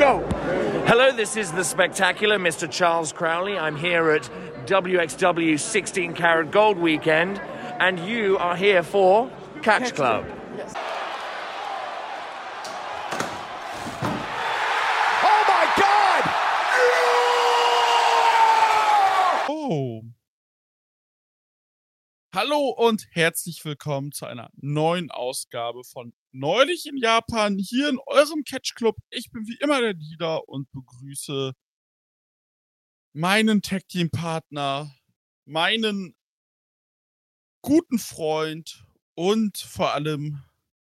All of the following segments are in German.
go! Hello, this is the spectacular Mr. Charles Crowley. I'm here at WXW 16 Karat Gold Weekend, and you are here for Catch Club. Yes. Oh my God! Oh. Hallo und herzlich willkommen zu einer neuen Ausgabe von Neulich in Japan hier in eurem Catch Club. Ich bin wie immer der Dieter und begrüße meinen Tag Team Partner, meinen guten Freund und vor allem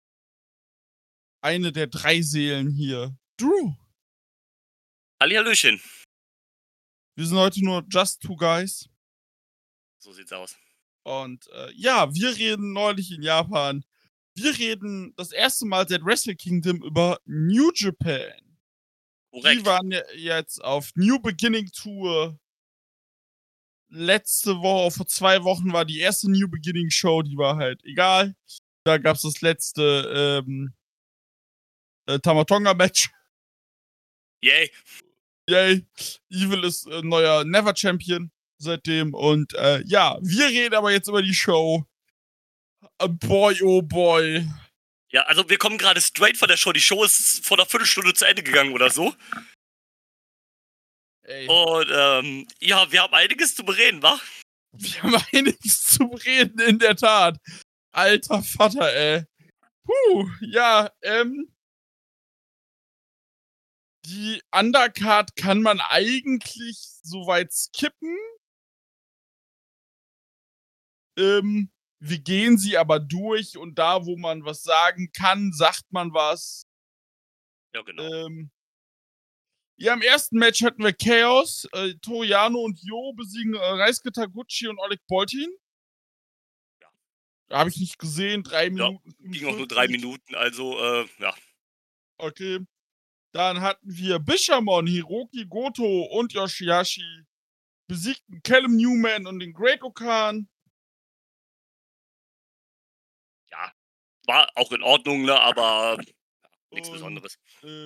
eine der drei Seelen hier, Drew. Hallihallöchen. Wir sind heute nur just two guys. So sieht's aus. Und ja, wir reden neulich in Japan. Wir reden das erste Mal seit Wrestle Kingdom über New Japan. Korrekt. Die waren ja jetzt auf New Beginning Tour. Letzte Woche, vor 2 Wochen war die erste New Beginning Show, die war halt egal. Da gab's das letzte Tamatonga-Match. Yay. Yay. Evil ist neuer Never Champion seitdem. Und ja, wir reden aber jetzt über die Show. Boy, oh boy. Ja, also wir kommen gerade straight von der Show. Die Show ist vor einer Viertelstunde zu Ende gegangen oder so. Ey. Und ja, wir haben einiges zu bereden, wa? Wir haben einiges zu reden, in der Tat. Alter Vater, ey. Ja, die Undercard kann man eigentlich soweit skippen. Wir gehen sie aber durch und da, wo man was sagen kann, sagt man was. Ja, genau. Ja, im ersten Match hatten wir Chaos. Toriano und Jo besiegen Reisuke Taguchi und Oleg Boltin. Ja. Habe ich nicht gesehen. 3 Minuten. Ging auch nur 3 Minuten, also, ja. Okay. Dann hatten wir Bishamon, Hiroki Goto und Yoshihashi besiegten Callum Newman und den Great Okan. Ja, war auch in Ordnung, ne, aber nichts Besonderes.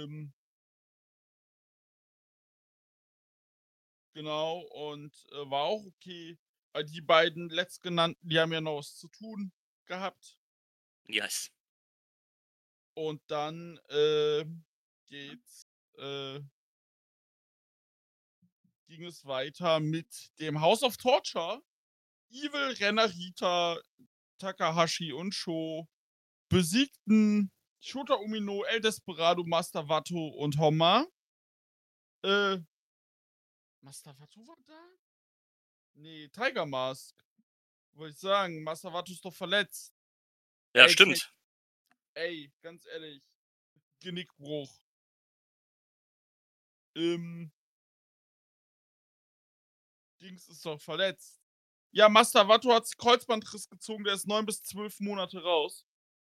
Genau, und war auch okay. Weil die beiden letztgenannten, die haben ja noch was zu tun gehabt. Yes. Und dann ging es weiter mit dem House of Torture. Evil, Renarita, Takahashi und Sho besiegten Shota Umino, El Desperado, Master Wato und Honma. Master Wato war da? Nee, Tiger Mask. Wollte ich sagen, Master Wato ist doch verletzt. Ja, Ey, stimmt. Ey, ganz ehrlich. Genickbruch. Dings ist doch verletzt. Ja, Master Wato hat Kreuzbandriss gezogen, der ist 9 bis 12 Monate raus.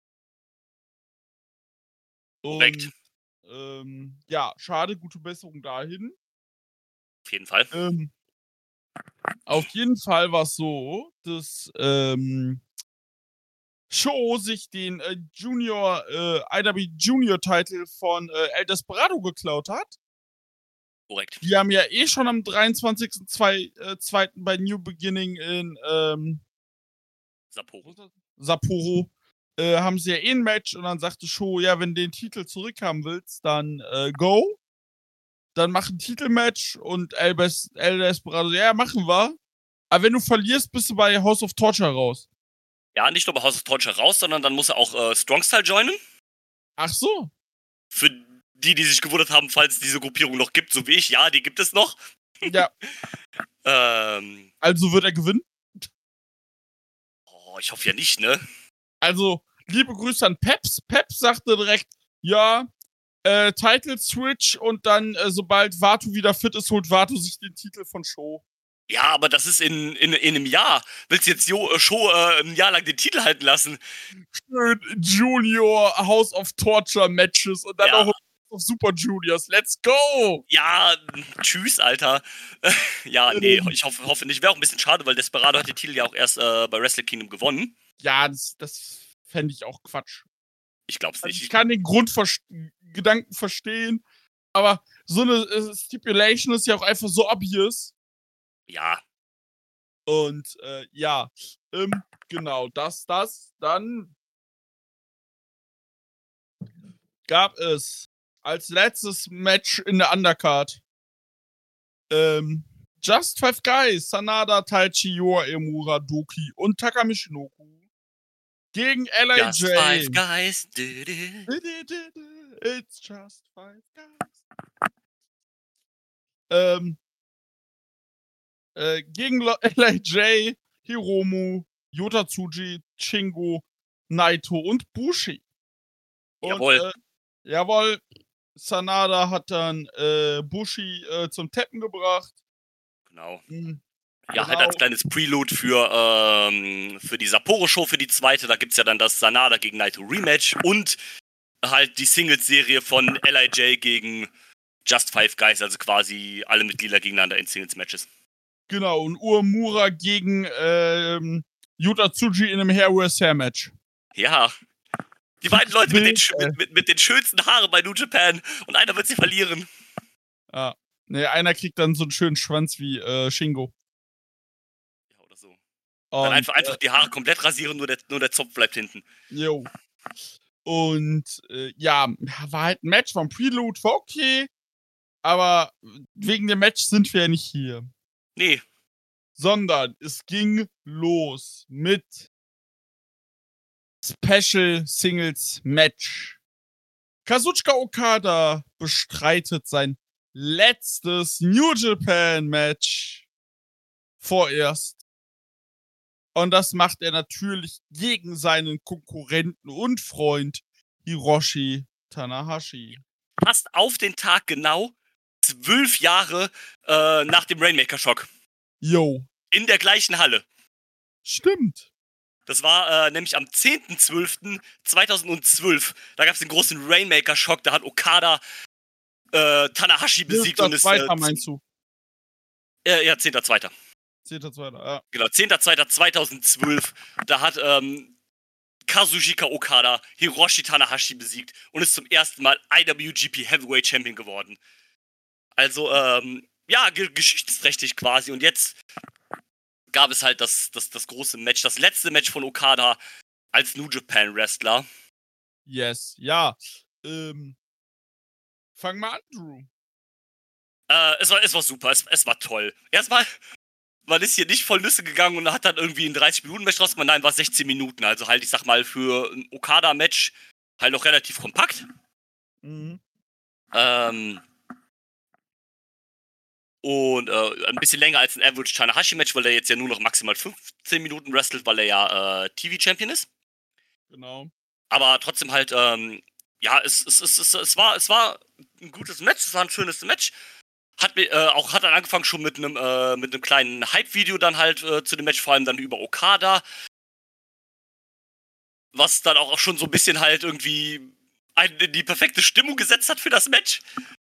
Korrekt. Und, ja, schade, gute Besserung dahin. Auf jeden Fall. Auf jeden Fall war es so, dass Sho sich den IW Junior Title von El Desperado geklaut hat. Korrekt. Die haben ja eh schon am 23.02. bei New Beginning in Sapporo haben sie ja eh ein Match und dann sagte Sho, ja, wenn du den Titel zurückhaben willst, dann go. Dann mach ein Titelmatch und El Desperado, ja, machen wir. Aber wenn du verlierst, bist du bei House of Torture raus. Ja, nicht nur bei House of Torture raus, sondern dann muss er auch Strong Style joinen. Ach so. Für die sich gewundert haben, falls es diese Gruppierung noch gibt, so wie ich. Ja, die gibt es noch. Ja. Also wird er gewinnen? Oh, ich hoffe ja nicht, ne? Also, liebe Grüße an Peps. Peps sagte direkt, ja, Title Switch und dann, sobald Watu wieder fit ist, holt Watu sich den Titel von Sho. Ja, aber das ist in einem Jahr. Willst du jetzt Sho ein Jahr lang den Titel halten lassen? Schön Junior House of Torture Matches und dann Ja. auch auf Super Juniors. Let's go! Ja, tschüss, Alter. Ja, nee, ich hoffe nicht. Wäre auch ein bisschen schade, weil Desperado hat den Titel ja auch erst bei Wrestle Kingdom gewonnen. Ja, das fände ich auch Quatsch. Ich glaub's Also nicht. ich kann den Gedanken verstehen, Aber so eine Stipulation ist ja auch einfach so obvious. Ja. Und ja, genau, dann gab es als letztes Match in der Undercard Just Five Guys, Sanada, Taichi, Yoa Emura, Doki und Taka Michinoku gegen LIJ. Just Five Guys. It's just five guys. Gegen LIJ, Hiromu, Yota Tsuji, Shingo, Naito und Bushi. Und, Jawohl. Jawohl, Sanada hat dann Bushi zum Tappen gebracht. Genau. Mhm. Ja, halt als kleines Prelude für die Sapporo-Show, für die zweite. Da gibt's ja dann das Sanada gegen Naito Rematch und halt die Singles-Serie von LIJ gegen Just Five Guys, also quasi alle Mitglieder gegeneinander in Singles-Matches. Genau, und Uemura gegen Yota Tsuji in einem Hair vs. Hair Match. Ja. Die beiden Leute mit den schönsten Haaren bei New Japan und einer wird sie verlieren. Ja. Ne, einer kriegt dann so einen schönen Schwanz wie Shingo. Ja, oder so. Und, dann einfach die Haare komplett rasieren, nur der Zopf bleibt hinten. Jo. Und ja, war halt ein Match vom Prelude, war okay. Aber wegen dem Match sind wir ja nicht hier. Nee. Sondern es ging los mit Special Singles Match. Kazuchika Okada bestreitet sein letztes New Japan Match vorerst. Und das macht er natürlich gegen seinen Konkurrenten und Freund Hiroshi Tanahashi. Passt auf den Tag genau 12 Jahre nach dem Rainmaker-Schock. Yo. In der gleichen Halle. Stimmt. Das war nämlich am 10.12.2012. Da gab es den großen Rainmaker-Schock. Da hat Okada Tanahashi besiegt. Und ist meinst du? Ja, 10.2. 10.2. Ja. Genau, 10.2.2012. Da hat Kazuchika Okada Hiroshi Tanahashi besiegt und ist zum ersten Mal IWGP Heavyweight Champion geworden. Also, ja, geschichtsträchtig quasi. Und jetzt gab es halt das große Match, das letzte Match von Okada als New Japan Wrestler. Yes, ja. Fang mal an, Drew. Es war super, es war toll. Erstmal, man ist hier nicht voll Nüsse gegangen und hat dann irgendwie ein 30-Minuten-Match draus gemacht. Nein, war 16 Minuten. Also halt, ich sag mal, für ein Okada-Match halt noch relativ kompakt. Mhm. Und ein bisschen länger als ein Average Tanahashi-Match, weil er jetzt ja nur noch maximal 15 Minuten wrestelt, weil er ja TV-Champion ist. Genau. Aber trotzdem halt, ja, es war ein gutes Match, es war ein schönes Match. Hat dann angefangen schon mit einem kleinen Hype-Video dann halt zu dem Match, vor allem dann über Okada. Was dann auch schon so ein bisschen halt irgendwie in die perfekte Stimmung gesetzt hat für das Match.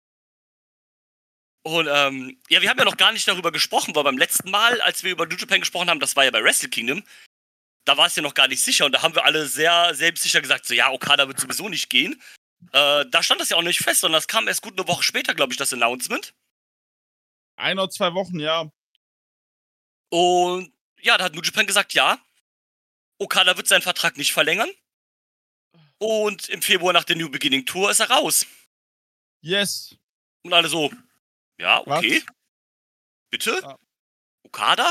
Und ja, wir haben ja noch gar nicht darüber gesprochen, weil beim letzten Mal, als wir über New Japan gesprochen haben, das war ja bei Wrestle Kingdom, da war es ja noch gar nicht sicher und da haben wir alle sehr selbstsicher gesagt, so ja, Okada wird sowieso nicht gehen. Da stand das ja auch nicht fest, sondern das kam erst gut eine Woche später, glaube ich, das Announcement. 1 oder 2 Wochen, ja. Und ja, da hat New Japan gesagt, ja, Okada wird seinen Vertrag nicht verlängern. Und im Februar nach der New Beginning Tour ist er raus. Yes. Und alle so, ja, okay. Was? Bitte? Ja. Okada?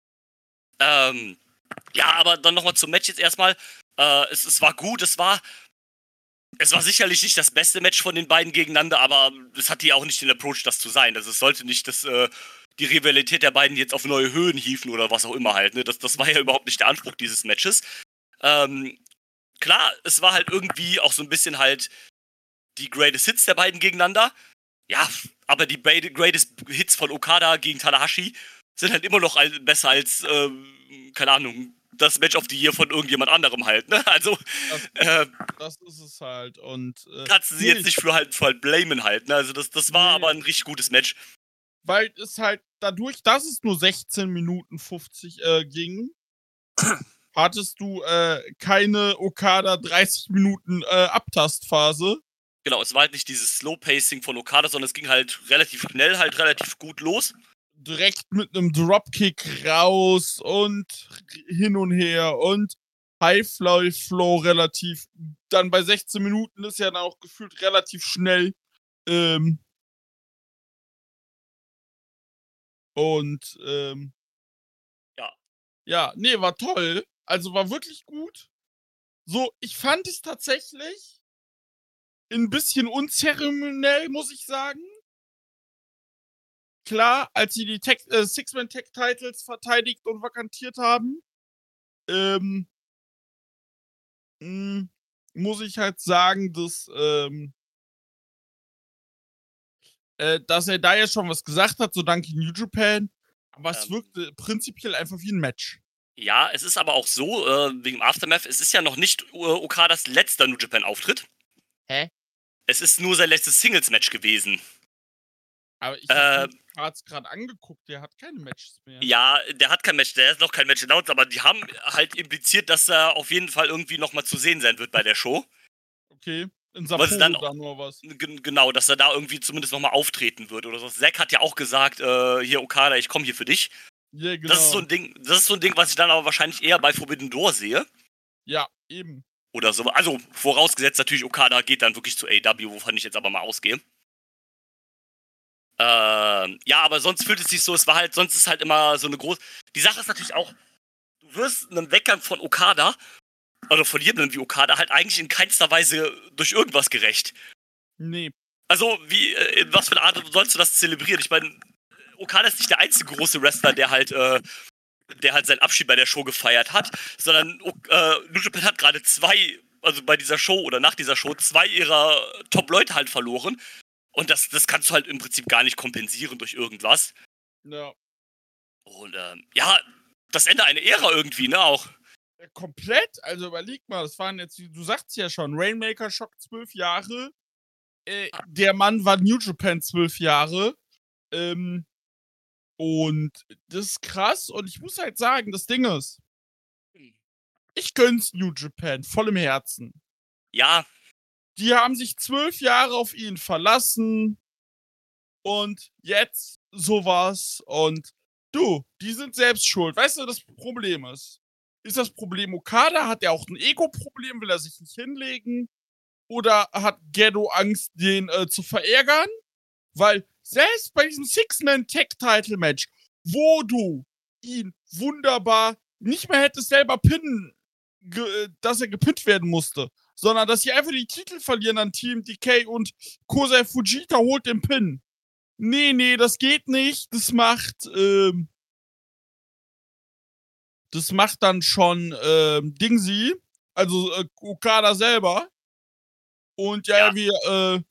Ja, aber dann nochmal zum Match jetzt erstmal. Es war gut, es war sicherlich nicht das beste Match von den beiden gegeneinander, aber es hatte ja auch nicht den Approach, das zu sein. Also es sollte nicht die Rivalität der beiden jetzt auf neue Höhen hieven oder was auch immer halt. Ne? Das war ja überhaupt nicht der Anspruch dieses Matches. Klar, es war halt irgendwie auch so ein bisschen halt die Greatest Hits der beiden gegeneinander. Ja, aber die Greatest Hits von Okada gegen Tanahashi sind halt immer noch besser als, keine Ahnung, das Match of the Year von irgendjemand anderem halt, ne? Also, das ist es halt. Und kannst du sie jetzt nicht für halt blamen halt, ne? Also das war aber ein richtig gutes Match. Weil es halt dadurch, dass es nur 16 Minuten 50 ging, hattest du keine Okada 30 Minuten Abtastphase. Genau, es war halt nicht dieses Slow-Pacing von Okada, sondern es ging halt relativ schnell, halt relativ gut los. Direkt mit einem Dropkick raus und hin und her und High-Fly-Flow relativ. Dann bei 16 Minuten ist ja dann auch gefühlt relativ schnell. Ja. Ja, nee, war toll. Also war wirklich gut. So, ich fand es tatsächlich ein bisschen unzeremoniell, muss ich sagen. Klar, als sie die Six-Man-Tag-Titles verteidigt und vakantiert haben, muss ich halt sagen, dass er da ja schon was gesagt hat, so danke New Japan, aber es wirkte prinzipiell einfach wie ein Match. Ja, es ist aber auch so, wegen Aftermath, es ist ja noch nicht Okadas letzter New Japan-Auftritt. Hä? Es ist nur sein letztes Singles-Match gewesen. Aber ich habe es gerade angeguckt, der hat keine Matches mehr. Ja, der hat kein Match, der ist noch kein Match announced, aber die haben halt impliziert, dass er auf jeden Fall irgendwie nochmal zu sehen sein wird bei der Show. Okay, in Sapporo dann nur was. Genau, dass er da irgendwie zumindest nochmal auftreten wird oder so. Zack hat ja auch gesagt, hier Okada, ich komme hier für dich. Ja, genau. Das ist so ein Ding, was ich dann aber wahrscheinlich eher bei Forbidden Door sehe. Ja, eben. Oder so. Also vorausgesetzt natürlich, Okada geht dann wirklich zu AEW, wovon ich jetzt aber mal ausgehe. Ja, aber sonst fühlt es sich so, sonst ist halt immer so eine große. Die Sache ist natürlich auch, du wirst einem Weggang von Okada, oder von jedem wie Okada, halt eigentlich in keinster Weise durch irgendwas gerecht. Nee. Also, in was für eine Art sollst du das zelebrieren? Ich meine, Okada ist nicht der einzige große Wrestler, der halt seinen Abschied bei der Show gefeiert hat, sondern New Japan hat gerade bei dieser Show oder nach dieser Show, 2 ihrer Top-Leute halt verloren. Und das kannst du halt im Prinzip gar nicht kompensieren durch irgendwas. Ja. Und ja, das Ende einer Ära irgendwie, ne, auch. Komplett, also überleg mal, das waren jetzt, du sagst ja schon, Rainmaker Shock 12 Jahre, der Mann war New Japan 12 Jahre, und das ist krass und ich muss halt sagen, das Ding ist, ich gönn's New Japan, voll im Herzen. Ja. Die haben sich 12 Jahre auf ihn verlassen und jetzt sowas und du, die sind selbst schuld. Weißt du, das Problem ist das Problem Okada? Hat er auch ein Ego-Problem? Will er sich nicht hinlegen? Oder hat Gedo Angst, den zu verärgern? Weil selbst bei diesem Six-Man-Tag-Title-Match, wo du ihn wunderbar nicht mehr hättest selber pinnen, dass er gepinnt werden musste, sondern dass sie einfach die Titel verlieren an Team Decay und Kosei Fujita holt den Pin. Nee, das geht nicht. Das macht dann schon Dingsy, also Okada selber. Und ja. wir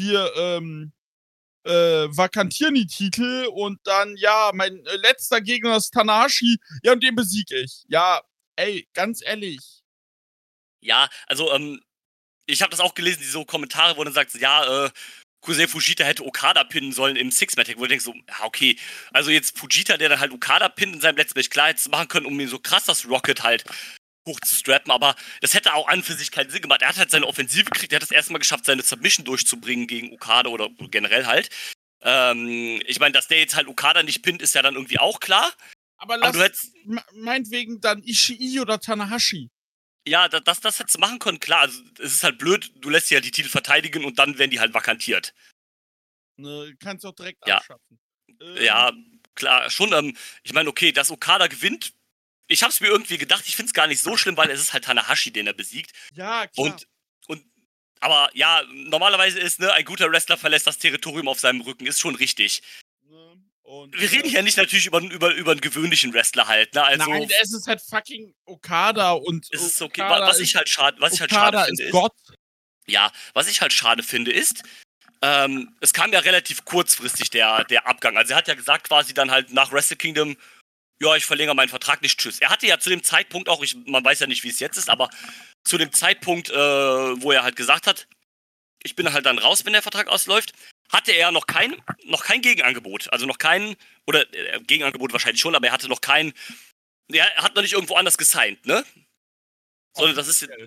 vakantieren die Titel und dann, ja, mein letzter Gegner ist Tanahashi, ja, und den besiege ich. Ja, ey, ganz ehrlich. Ja, also, ich habe das auch gelesen, diese Kommentare, wo dann sagt, ja, Kosei Fujita hätte Okada pinnen sollen im Six-Man-Tag, wo du denkst so, ja, okay, also jetzt Fujita, der dann halt Okada pinnt in seinem letzten Match, klar, hätte es machen können, um ihn so krass das Rocket halt hochzustrappen, aber das hätte auch an für sich keinen Sinn gemacht. Er hat halt seine Offensive gekriegt, er hat das erste Mal geschafft, seine Submission durchzubringen gegen Okada oder generell halt. Ich meine, dass der jetzt halt Okada nicht pinnt, ist ja dann irgendwie auch klar. Aber du hättest meinetwegen dann Ishii oder Tanahashi. Ja, das hättest du machen können, klar. Also, es ist halt blöd, du lässt sie halt die Titel verteidigen und dann werden die halt vakantiert. Ne, kannst du auch direkt abschaffen. Ja, klar, schon. Ich meine, okay, dass Okada gewinnt, ich hab's mir irgendwie gedacht, ich find's gar nicht so schlimm, weil es ist halt Tanahashi, den er besiegt. Ja, klar. Aber ja, normalerweise ist, ne, ein guter Wrestler verlässt das Territorium auf seinem Rücken, ist schon richtig. Wir reden hier nicht natürlich über einen gewöhnlichen Wrestler halt, ne? Also, nein, es ist halt fucking Okada und es ist okay. Was ich halt schade finde ist, ja, was ich halt schade finde ist, es kam ja relativ kurzfristig der Abgang. Also er hat ja gesagt quasi dann halt nach Wrestle Kingdom, ja, ich verlängere meinen Vertrag nicht, tschüss. Er hatte ja zu dem Zeitpunkt auch, man weiß ja nicht, wie es jetzt ist, aber zu dem Zeitpunkt, wo er halt gesagt hat, ich bin halt dann raus, wenn der Vertrag ausläuft, hatte er noch kein Gegenangebot. Also noch kein, oder Gegenangebot wahrscheinlich schon, aber er hatte noch er hat noch nicht irgendwo anders gesigned, ne? Sondern das ist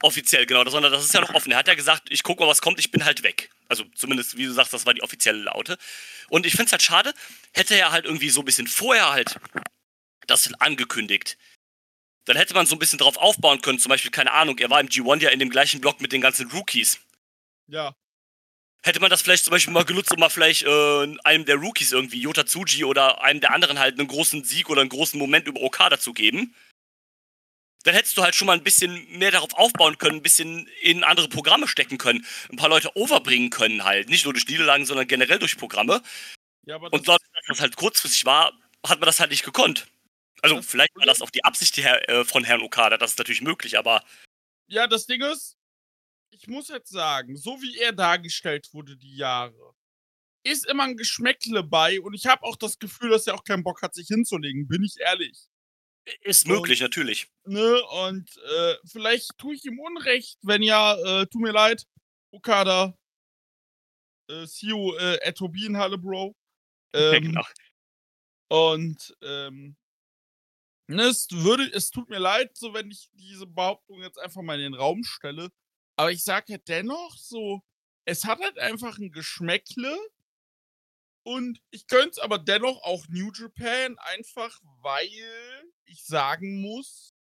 Offiziell, genau, sondern das ist ja noch offen. Er hat ja gesagt, ich gucke mal, was kommt, ich bin halt weg. Also zumindest, wie du sagst, das war die offizielle Laute. Und ich finde es halt schade, hätte er halt irgendwie so ein bisschen vorher halt das angekündigt. Dann hätte man so ein bisschen drauf aufbauen können. Zum Beispiel, keine Ahnung, er war im G1 ja in dem gleichen Block mit den ganzen Rookies. Ja. Hätte man das vielleicht zum Beispiel mal genutzt, um mal vielleicht einem der Rookies irgendwie, Yota Tsuji oder einem der anderen halt einen großen Sieg oder einen großen Moment über Okada zu geben. Dann hättest du halt schon mal ein bisschen mehr darauf aufbauen können, ein bisschen in andere Programme stecken können, ein paar Leute overbringen können halt. Nicht nur durch Niederlagen, sondern generell durch Programme. Ja, aber und dort, dass das halt kurzfristig war, hat man das halt nicht gekonnt. Also vielleicht war das auch die Absicht von Herrn Okada, das ist natürlich möglich, aber... Ja, das Ding ist, ich muss jetzt sagen, so wie er dargestellt wurde die Jahre, ist immer ein Geschmäckle bei und ich habe auch das Gefühl, dass er auch keinen Bock hat, sich hinzulegen, bin ich ehrlich. Ist möglich, natürlich. Ne, und vielleicht tue ich ihm Unrecht, wenn ja, tut mir leid, Okada, see you at Turbinenhalle, Bro. Ja, genau. Und ne, es tut mir leid, so wenn ich diese Behauptung jetzt einfach mal in den Raum stelle, aber ich sage halt dennoch so, es hat halt einfach ein Geschmäckle und ich gönn's es aber dennoch auch New Japan, einfach weil ich sagen muss,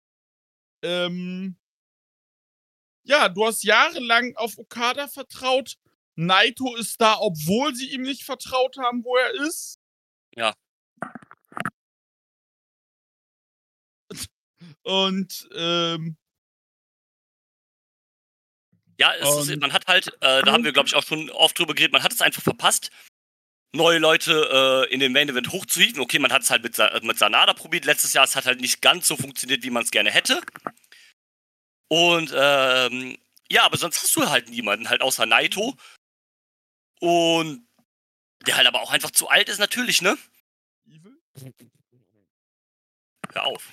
ja, du hast jahrelang auf Okada vertraut. Naito ist da, obwohl sie ihm nicht vertraut haben, wo er ist. Ja. Und, ja, man hat halt, da haben wir, glaube ich, auch schon oft drüber geredet, man hat es einfach verpasst, neue Leute in den Main Event hochzuhieven. Okay, man hat es halt mit Sanada probiert letztes Jahr, es hat halt nicht ganz so funktioniert, wie man es gerne hätte. Und, ja, aber sonst hast du halt niemanden, halt außer Naito. Und der halt aber auch einfach zu alt ist, natürlich, ne? Evil? Hör auf.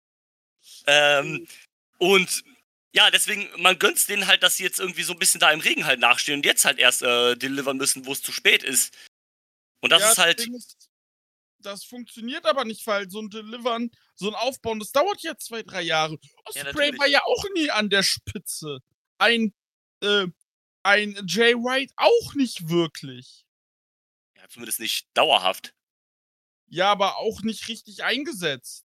Und ja, deswegen, man gönnt's denen halt, dass sie jetzt irgendwie so ein bisschen da im Regen halt nachstehen und jetzt halt erst delivern müssen, wo es zu spät ist. Und das ist halt... Das funktioniert aber nicht, weil so ein Delivern, so ein Aufbauen, das dauert ja 2, 3 Jahre. Ospreay war ja auch nie an der Spitze. Ein Jay White auch nicht wirklich. Ja, zumindest nicht dauerhaft. Ja, aber auch nicht richtig eingesetzt.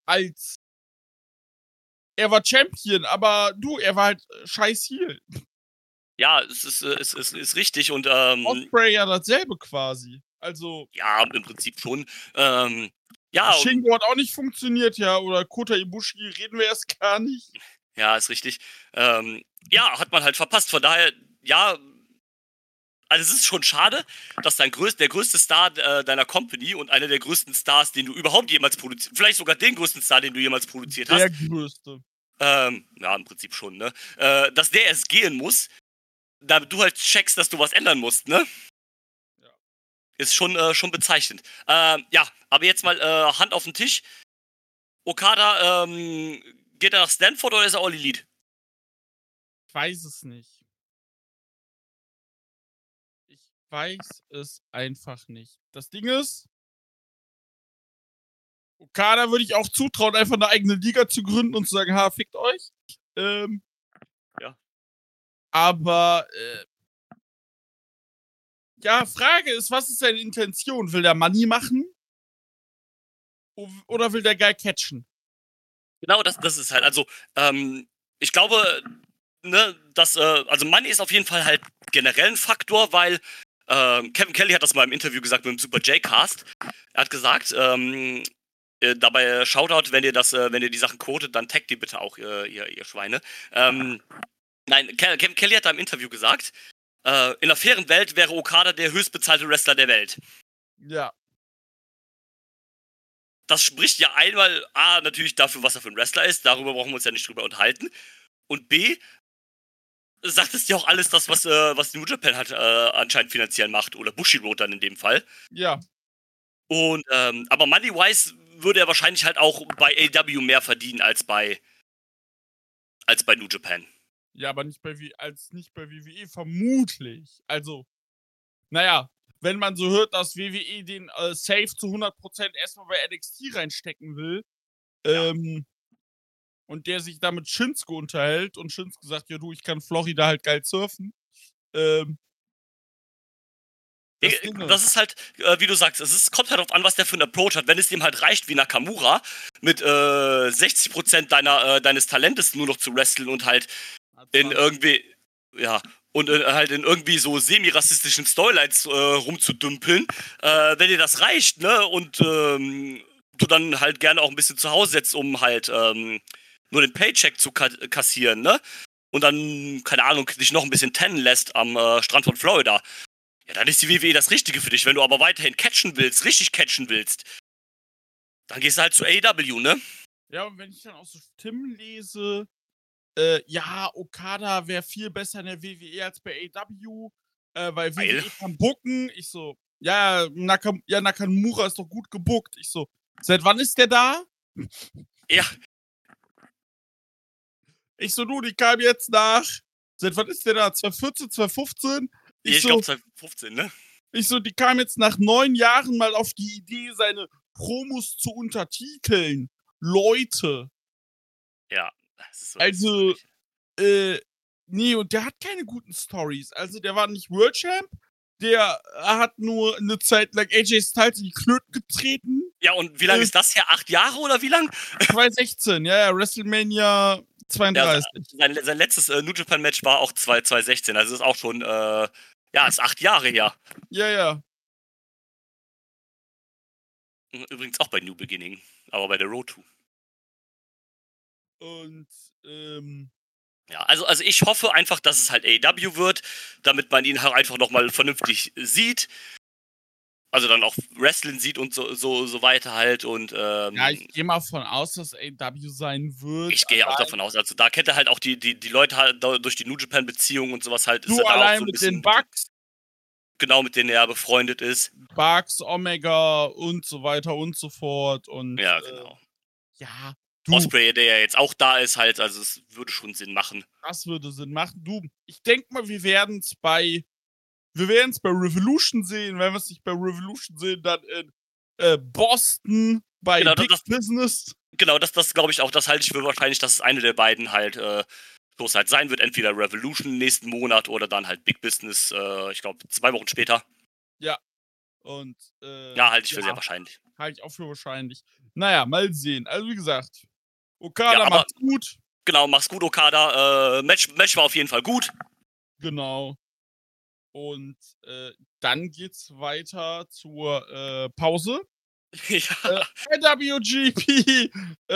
Er war Champion, aber du, er war halt scheiß Heel. Ja, es ist richtig und Ospreay ja dasselbe quasi. Also. Ja, im Prinzip schon. Ja. Shingo hat auch nicht funktioniert, ja. Oder Kota Ibushi reden wir erst gar nicht. Ja, ist richtig. Ja, hat man halt verpasst. Von daher, ja. Also es ist schon schade, dass der größte Star deiner Company und einer der größten Stars, den du überhaupt jemals produziert, vielleicht sogar den größten Star, den du jemals produziert hast. Der größte. Ja, im Prinzip schon, ne? Dass der erst gehen muss, damit du halt checkst, dass du was ändern musst, ne? Ja. Ist schon bezeichnend. Ja, aber jetzt mal Hand auf den Tisch. Okada, geht er nach Stanford oder ist er All Elite? Ich weiß es nicht. Ich weiß es einfach nicht. Das Ding ist, Okada würde ich auch zutrauen, einfach eine eigene Liga zu gründen und zu sagen, ha, fickt euch. Ja. Aber, ja, Frage ist, was ist seine Intention? Will der Money machen? Oder will der geil catchen? Genau, das ist halt, also, ich glaube, ne, also Money ist auf jeden Fall halt generell ein Faktor, weil Kevin Kelly hat das mal im Interview gesagt mit dem Super J-Cast. Er hat gesagt, dabei Shoutout, wenn ihr die Sachen quotet, dann taggt die bitte auch, ihr Schweine. Nein, Kevin Kelly hat da im Interview gesagt, in einer fairen Welt wäre Okada der höchstbezahlte Wrestler der Welt. Ja. Das spricht ja einmal A, natürlich dafür, was er für ein Wrestler ist, darüber brauchen wir uns ja nicht drüber unterhalten. Und B, sagt es ja auch alles das, was New Japan halt anscheinend finanziell macht, oder Bushiroad dann in dem Fall. Ja. Und, aber Money-wise würde er wahrscheinlich halt auch bei AEW mehr verdienen als bei New Japan. Ja, aber nicht bei WWE, vermutlich. Also, naja, wenn man so hört, dass WWE den Safe zu 100% erstmal bei NXT reinstecken will, Ja. und der sich da mit Shinsuke unterhält und Shinsuke sagt, ja du, ich kann Florida halt geil surfen. Das Ding Das ist halt, wie du sagst, kommt halt darauf an, was der für einen Approach hat. Wenn es dem halt reicht, wie Nakamura, mit 60% deines Talentes nur noch zu wresteln und halt in irgendwie, ja, und halt in irgendwie so semi-rassistischen Storylines rumzudümpeln, wenn dir das reicht, ne, und du dann halt gerne auch ein bisschen zu Hause setzt, um halt nur den Paycheck zu kassieren, ne, und dann, keine Ahnung, dich noch ein bisschen tannen lässt am Strand von Florida, ja, dann ist die WWE das Richtige für dich. Wenn du aber weiterhin catchen willst, richtig catchen willst, dann gehst du halt zu AEW, ne? Ja, und wenn ich dann auch so Stimmen lese, ja, Okada wäre viel besser in der WWE als bei AEW, weil Geil. WWE kann booken. Ich so, ja, Nakamura ist doch gut gebookt. Ich so, seit wann ist der da? Ja. Ich so, du, die kam jetzt nach. Seit wann ist der da? 2014, 2015? Ich glaube 2015, ne? Ich so, die kam jetzt nach 9 Jahren mal auf die Idee, seine Promos zu untertiteln. Leute. Ja, das ist so. Also, nee, und der hat keine guten Stories. Also, der war nicht World Champ. Der hat nur eine Zeit lang AJ Styles in die Klöten getreten. Ja, und wie lange ist das her? 8 Jahre oder wie lang? 2016, ja, WrestleMania 32. Ja, sein letztes New Japan Match war auch 2016. Also ist auch schon, ist 8 Jahre her. Ja. Übrigens auch bei New Beginning, aber bei der Road to. Und, ja, also ich hoffe einfach, dass es halt AEW wird, damit man ihn halt einfach nochmal vernünftig sieht. Also dann auch Wrestling sieht und so weiter halt. Und, ja, ich gehe mal von aus, dass AEW sein wird. Ich gehe auch davon aus. Also da kennt er halt auch die Leute halt durch die New Japan-Beziehung und sowas halt. Du ist er allein da auch so ein mit den bisschen Bucks. Genau, mit denen er befreundet ist. Bucks, Omega und so weiter und so fort. Und, ja, genau. Ja, Osprey, der ja jetzt auch da ist halt, also es würde schon Sinn machen. Das würde Sinn machen. Du, ich denke mal, wir werden es bei Revolution sehen. Wenn wir es nicht bei Revolution sehen, dann in Boston bei Big Business. Genau, das glaube ich auch. Das halte ich für wahrscheinlich, dass es eine der beiden halt Shows halt sein wird. Entweder Revolution nächsten Monat oder dann halt Big Business, ich glaube 2 Wochen später. Ja. Und ja, halte ich für sehr wahrscheinlich. Halte ich auch für wahrscheinlich. Naja, mal sehen. Also wie gesagt, Okada macht's gut. Genau, mach's gut, Okada. Match war auf jeden Fall gut. Genau. Und dann geht's weiter zur Pause. Ja. IWGP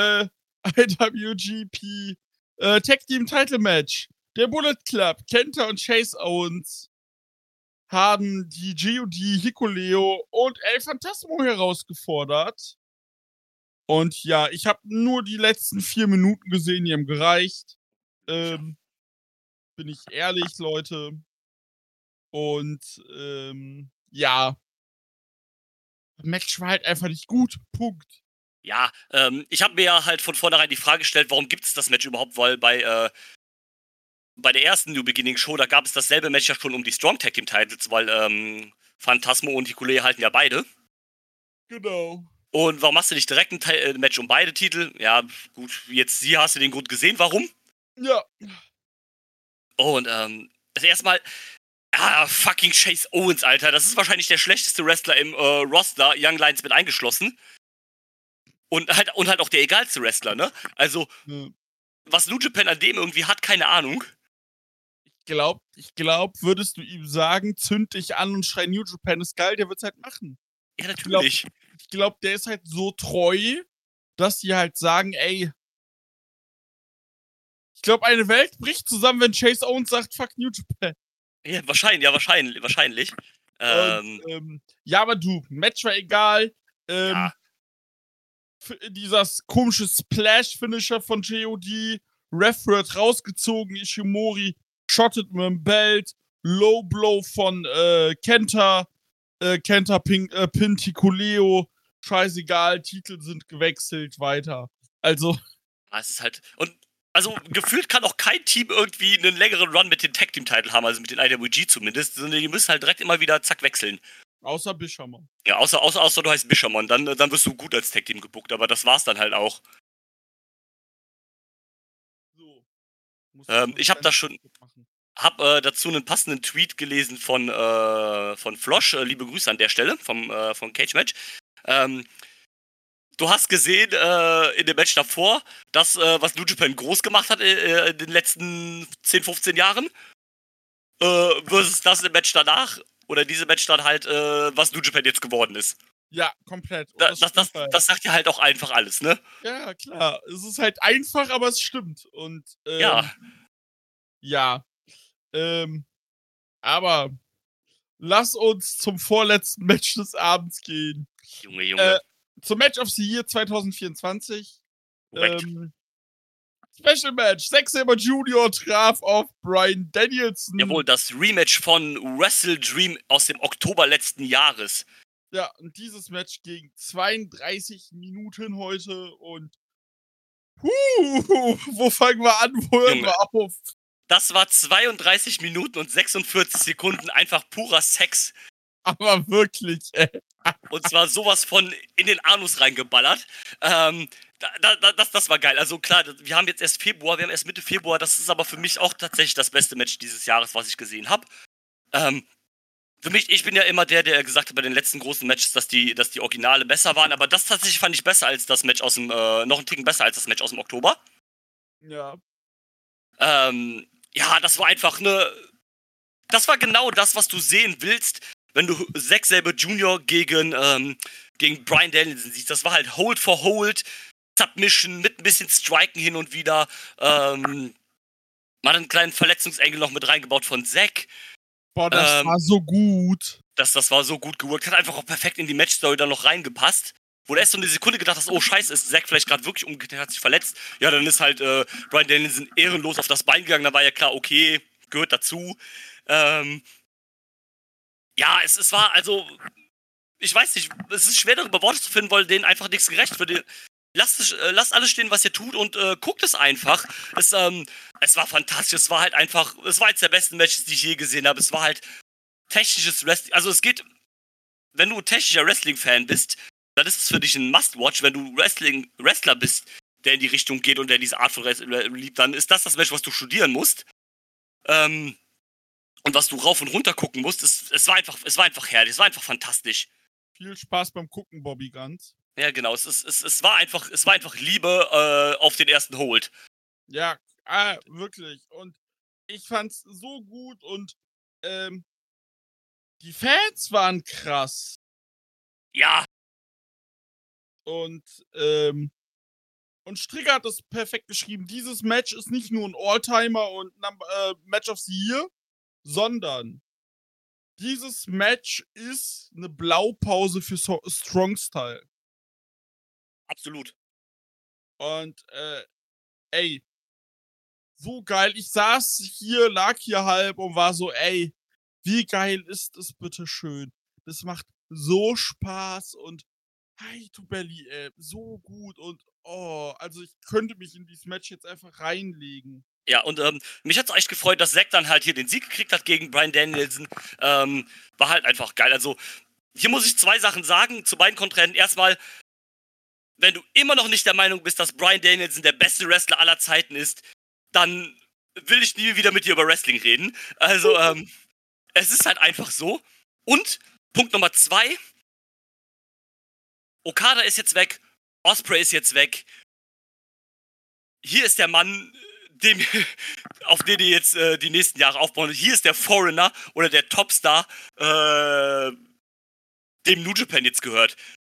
Tag Team Title Match. Der Bullet Club, Kenta und Chase Owens haben die GOD, Hikuleo und El Phantasmo herausgefordert. Und ja, ich habe nur die letzten 4 Minuten gesehen, die haben gereicht. Bin ich ehrlich, Leute. Und ja. Das Match war halt einfach nicht gut. Punkt. Ja, ich habe mir ja halt von vornherein die Frage gestellt, warum gibt es das Match überhaupt, weil bei der ersten New Beginning Show, da gab es dasselbe Match ja schon um die Strong Tag Team Titles, weil Phantasmo und Hikuleo halten ja beide. Genau. Und warum machst du nicht direkt ein Match um beide Titel? Ja, gut, jetzt hier hast du den Grund gesehen, warum? Ja. Und das erste Mal, fucking Chase Owens, Alter, das ist wahrscheinlich der schlechteste Wrestler im Roster, Young Lions mit eingeschlossen. Und halt auch der egalste Wrestler, ne? Also, was New Japan an dem irgendwie hat, keine Ahnung. Ich glaub, würdest du ihm sagen, zünd dich an und schrei New Japan ist geil, der wird's halt machen. Ja, natürlich. Ich glaub, der ist halt so treu, dass die halt sagen, ey, ich glaube, eine Welt bricht zusammen, wenn Chase Owens sagt, fuck New Japan. Ja, wahrscheinlich. Und, ja, aber du, Match war egal. Ja. Dieser komische Splash-Finisher von GOD, Ref wird rausgezogen, Ishimori shottet mit dem Belt, Low Blow von Kenta Pinticuleo, scheißegal, Titel sind gewechselt, weiter. Also. Es ist halt, und also gefühlt kann auch kein Team irgendwie einen längeren Run mit den Tag Team Titel haben, also mit den IWG zumindest, sondern die müssen halt direkt immer wieder zack wechseln. Außer Bishamon. Ja, außer du heißt Bishamon, dann wirst du gut als Tag Team gebuckt, aber das war's dann halt auch. Ich habe dazu einen passenden Tweet gelesen von Flosch. Liebe Grüße an der Stelle vom Cage Match. Du hast gesehen in dem Match davor, das, was New Japan groß gemacht hat in den letzten 10, 15 Jahren, versus das im Match danach, oder diese Match dann halt, was New Japan jetzt geworden ist. Ja, komplett. Das sagt ja halt auch einfach alles, ne? Ja, klar. Es ist halt einfach, aber es stimmt. Und, ja. Aber lass uns zum vorletzten Match des Abends gehen. Junge. Zum Match of the Year 2024. Korrekt. Special Match. Zack Sabre Jr. traf auf Bryan Danielson. Jawohl, das Rematch von Wrestle Dream aus dem Oktober letzten Jahres. Ja, und dieses Match ging 32 Minuten heute und wo fangen wir an, wo hören wir auf? Das war 32 Minuten und 46 Sekunden einfach purer Sex. Aber wirklich, ey. Und zwar sowas von in den Anus reingeballert. Das war geil. Also klar, wir haben jetzt erst Mitte Februar. Das ist aber für mich auch tatsächlich das beste Match dieses Jahres, was ich gesehen habe. Für mich, ich bin ja immer der gesagt hat bei den letzten großen Matches, dass die Originale besser waren. Aber das tatsächlich fand ich besser als das Match aus dem, noch einen Ticken besser als das Match aus dem Oktober. Ja. Ja, das war einfach das war genau das, was du sehen willst, wenn du Zack Sabre Jr. gegen Bryan Danielson siehst. Das war halt Hold for Hold, Submission mit ein bisschen Striken hin und wieder. Man hat einen kleinen Verletzungsengel noch mit reingebaut von Zack. Boah, das war so gut. Das war so gut geworkt. Hat einfach auch perfekt in die Matchstory dann noch reingepasst. Wo du erst so eine Sekunde gedacht hast, oh scheiße, ist Zack vielleicht gerade wirklich umgekehrt, hat sich verletzt. Ja, dann ist halt Bryan Danielson ehrenlos auf das Bein gegangen. Da war ja klar, okay, gehört dazu. Ja, es war also, ich weiß nicht, es ist schwer darüber Worte zu finden, weil denen einfach nichts gerecht wird. Lasst alles stehen, was ihr tut und guckt es einfach. Es war fantastisch, es war eins der besten Matches, die ich je gesehen habe. Es war halt technisches Wrestling, also es geht, wenn du ein technischer Wrestling-Fan bist, dann ist es für dich ein Must-Watch. Wenn du Wrestler bist, der in die Richtung geht und der diese Art von Wrestling liebt, dann ist das Match, was du studieren musst. Und was du rauf und runter gucken musst, es war einfach herrlich, es war einfach fantastisch. Viel Spaß beim Gucken, Bobby Guns. Ja, genau, es war einfach Liebe auf den ersten Hold. Ja, wirklich. Und ich fand's so gut und die Fans waren krass. Ja. Und Stricker hat das perfekt geschrieben. Dieses Match ist nicht nur ein Alltimer und Match of the Year, sondern dieses Match ist eine Blaupause für Strong Style. Absolut. Und, ey, so geil. Ich lag hier halb und war so, ey, wie geil ist das bitte schön. Das macht so Spaß und hi to Belly, ey, so gut und also ich könnte mich in dieses Match jetzt einfach reinlegen. Ja, und mich hat's echt gefreut, dass Zack dann halt hier den Sieg gekriegt hat gegen Bryan Danielson. War halt einfach geil. Also, hier muss ich 2 Sachen sagen, zu beiden Kontrahenten. Erstmal, wenn du immer noch nicht der Meinung bist, dass Bryan Danielson der beste Wrestler aller Zeiten ist, dann will ich nie wieder mit dir über Wrestling reden. Also, es ist halt einfach so. Und, Punkt Nummer 2, Okada ist jetzt weg, Ospreay ist jetzt weg. Hier ist der Mann, auf den die jetzt die nächsten Jahre aufbauen. Hier ist der Foreigner oder der Topstar, dem New Japan jetzt gehört.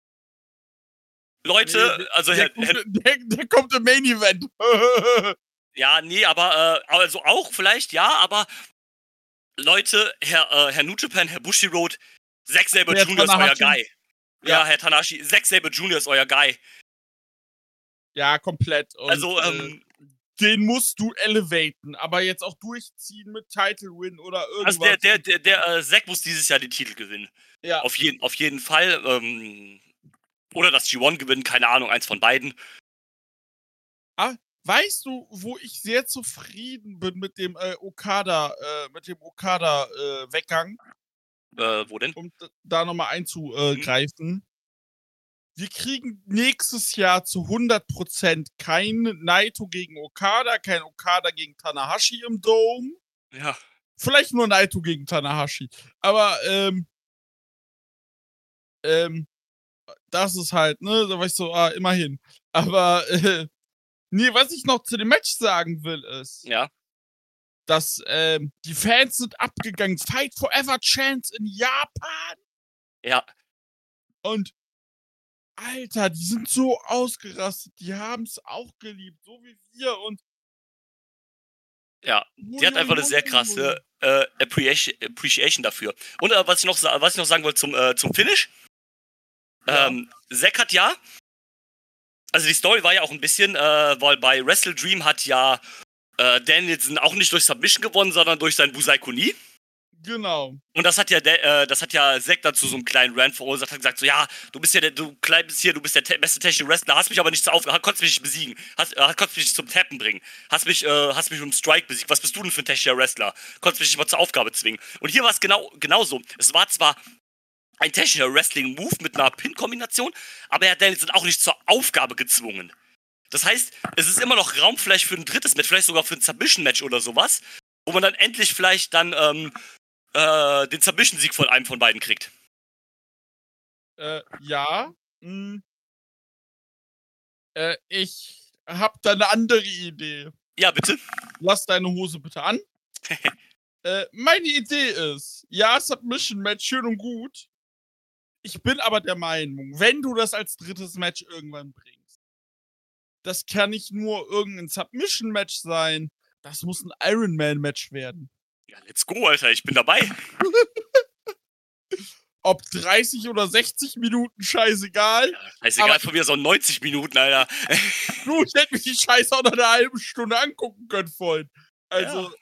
Leute, also der kommt im Main Event. Ja, nee, aber also auch vielleicht, ja, aber Leute, Herr New Japan, Herr Bushiroad, Zack Sabre Jr. ist euer Guy. Ja, Herr Tanahashi, Zack Sabre Jr. ist euer Guy. Ja, komplett. Und, also, den musst du elevaten, aber jetzt auch durchziehen mit Title Win oder irgendwas. Also der Zack muss dieses Jahr den Titel gewinnen. Ja. Auf jeden Fall. Oder das G1 gewinnen, keine Ahnung, eins von beiden. Weißt du, wo ich sehr zufrieden bin mit dem Okada-Weggang? Wo denn? Um da nochmal einzugreifen. wir kriegen nächstes Jahr zu 100% kein Naito gegen Okada, kein Okada gegen Tanahashi im Dome. Ja. Vielleicht nur Naito gegen Tanahashi. Aber, das ist halt, ne, da war ich so, immerhin. Aber, nee, was ich noch zu dem Match sagen will, ist, Ja. dass, die Fans sind abgegangen. Fight Forever Chance in Japan. Ja. Und, Alter, die sind so ausgerastet. Die haben es auch geliebt, so wie wir. Und Ja, die hat einfach eine sehr krasse Appreciation dafür. Und was ich noch sagen wollte zum Finish. Ja. Zack hat ja, also die Story war ja auch ein bisschen, weil bei Wrestle Dream hat ja Danielson auch nicht durch Submission gewonnen, sondern durch sein Busai-Kuni. Genau. Und das hat ja Zack dazu so einen kleinen Rant verursacht, hat gesagt so, ja, du bist der beste technische Wrestler, hast mich aber nicht konntest mich nicht besiegen, konntest mich nicht zum Tappen bringen, hast mich mit einem Strike besiegt, was bist du denn für ein technischer Wrestler? Konntest mich nicht mal zur Aufgabe zwingen. Und hier war es genauso. Es war zwar ein technischer Wrestling-Move mit einer Pin-Kombination, aber er hat Danielson auch nicht zur Aufgabe gezwungen. Das heißt, es ist immer noch Raum vielleicht für ein drittes Match, vielleicht sogar für ein Submission-Match oder sowas, wo man dann endlich vielleicht dann den Submission-Sieg von einem von beiden kriegt. Ja. Ich hab da eine andere Idee. Ja, bitte. Lass deine Hose bitte an. Meine Idee ist, ja, Submission-Match, schön und gut. Ich bin aber der Meinung, wenn du das als drittes Match irgendwann bringst, das kann nicht nur irgendein Submission-Match sein, das muss ein Ironman-Match werden. Ja, let's go, Alter, ich bin dabei. Ob 30 oder 60 Minuten, scheißegal. Ja, scheißegal, von mir so 90 Minuten, Alter. Du, ich hätte mich die Scheiße auch noch eine halbe Stunde angucken können vorhin. Also,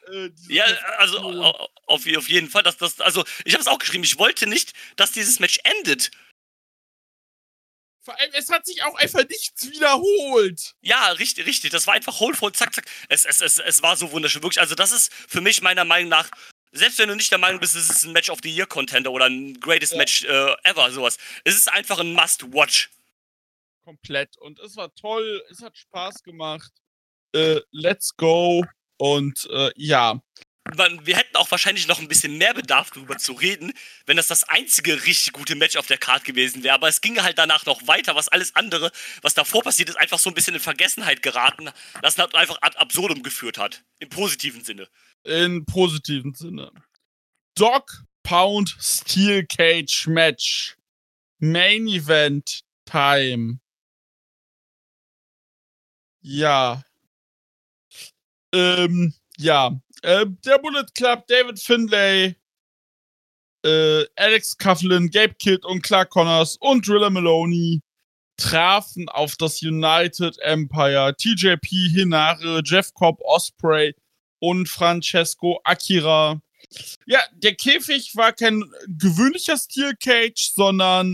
auf jeden Fall. Also, ich habe es auch geschrieben, ich wollte nicht, dass dieses Match endet. Vor allem, es hat sich auch einfach nichts wiederholt. Ja, richtig. Das war einfach Hold, zack, zack. Es war so wunderschön. Wirklich, also das ist für mich meiner Meinung nach, selbst wenn du nicht der Meinung bist, es ist ein Match of the Year Contender oder ein Greatest Match ever, sowas. Es ist einfach ein Must-Watch. Komplett. Und es war toll. Es hat Spaß gemacht. Let's go. Und ja. Wir hätten auch wahrscheinlich noch ein bisschen mehr Bedarf, darüber zu reden, wenn das einzige richtig gute Match auf der Card gewesen wäre. Aber es ging halt danach noch weiter, was alles andere, was davor passiert ist, einfach so ein bisschen in Vergessenheit geraten, das halt einfach ad absurdum geführt hat. Im positiven Sinne. In positiven Sinne. Dog Pound Steel Cage Match. Main Event Time. Ja. Der Bullet Club, David Finlay, Alex Coughlin, Gabe Kidd und Clark Connors und Driller Maloney trafen auf das United Empire. TJP, Hinare, Jeff Cobb, Ospreay und Francesco Akira. Ja, der Käfig war kein gewöhnlicher Steel Cage, sondern